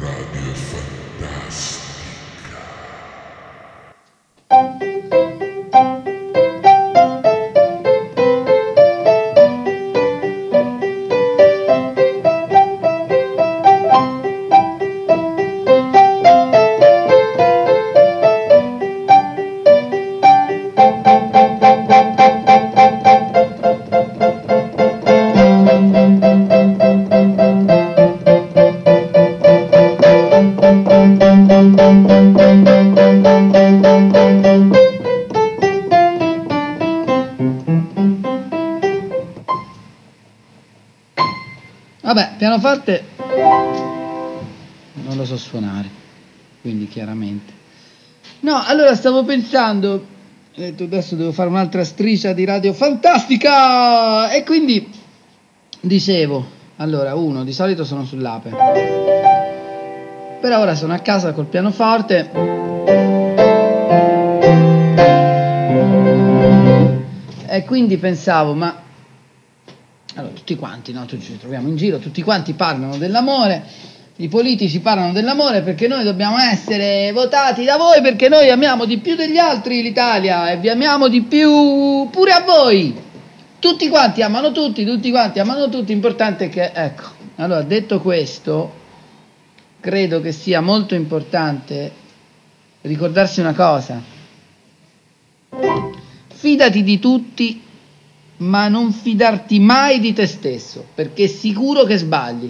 Vabbè, pianoforte non lo so suonare, quindi chiaramente. No, allora stavo pensando, ho detto adesso devo fare un'altra striscia di Radio Fantastica e quindi dicevo, allora di solito sono sull'ape, però ora sono a casa col pianoforte e quindi pensavo, ma allora tutti quanti, no? Tutti ci troviamo in giro, tutti quanti parlano dell'amore, i politici parlano dell'amore perché noi dobbiamo essere votati da voi perché noi amiamo di più degli altri l'Italia e vi amiamo di più pure a voi. Tutti quanti amano tutti amano tutti, importante che, ecco, allora detto questo, credo che sia molto importante ricordarsi una cosa: fidati di tutti, ma non fidarti mai di te stesso, perché è sicuro che sbagli.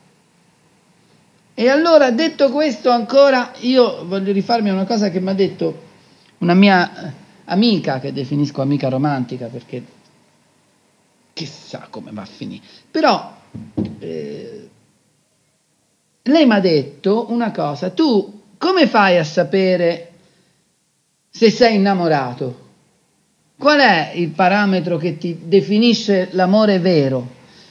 E allora, detto questo, ancora io voglio rifarmi a una cosa che mi ha detto una mia amica, che definisco amica romantica, perché chissà come va a finire. Però lei mi ha detto una cosa: tu come fai a sapere se sei innamorato? Qual è il parametro che ti definisce l'amore vero?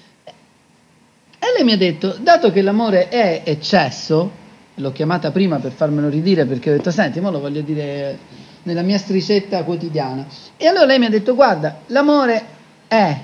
E lei mi ha detto, dato che l'amore è eccesso, l'ho chiamata prima per farmelo ridire perché ho detto, senti, mo lo voglio dire nella mia striscetta quotidiana. E allora lei mi ha detto, guarda, l'amore è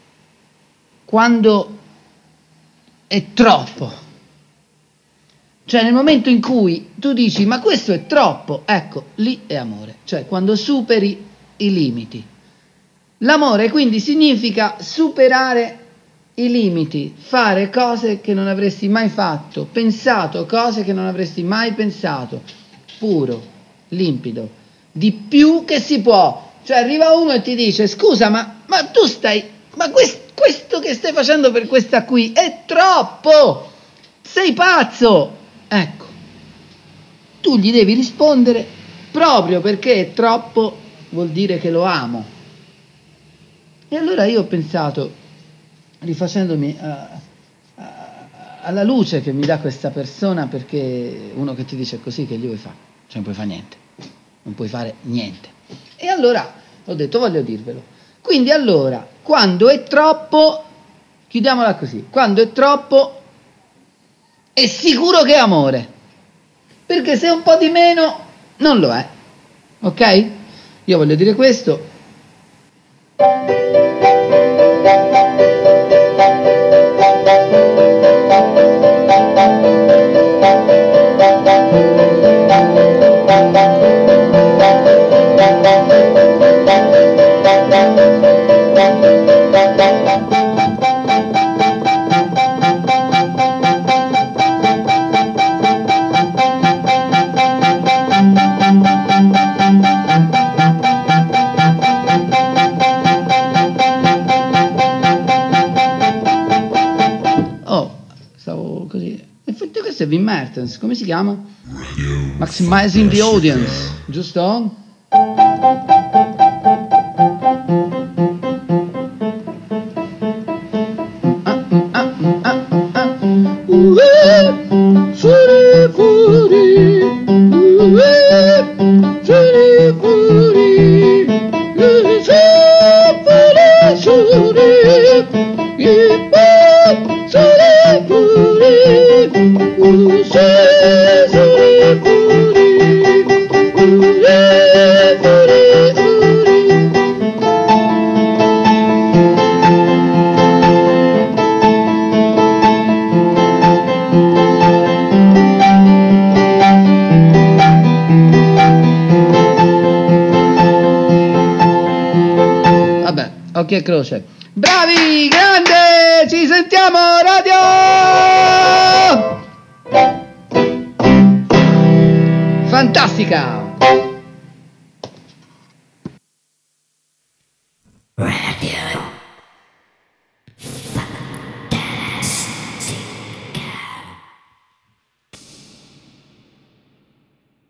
quando è troppo. Cioè nel momento in cui tu dici, ma questo è troppo, ecco, lì è amore. Cioè quando superi i limiti. L'amore quindi significa superare i limiti, fare cose che non avresti mai fatto, pensato cose che non avresti mai pensato, puro, limpido, di più che si può. Cioè arriva uno e ti dice, scusa, ma tu questo che stai facendo per questa qui è troppo, sei pazzo. Ecco, tu gli devi rispondere, proprio perché è troppo vuol dire che lo amo. E allora io ho pensato, rifacendomi alla luce che mi dà questa persona, perché uno che ti dice così che gli vuoi fare? Cioè non puoi fare niente, non puoi fare niente. E allora ho detto, voglio dirvelo. Quindi allora, quando è troppo, chiudiamola così, quando è troppo è sicuro che è amore, perché se è un po' di meno non lo è, ok? Io voglio dire questo. Questo è Wim Mertens, come si chiama? Maximizing the Audience, giusto? occhi e croce. Bravi, grande, ci sentiamo, radio! Fantastica!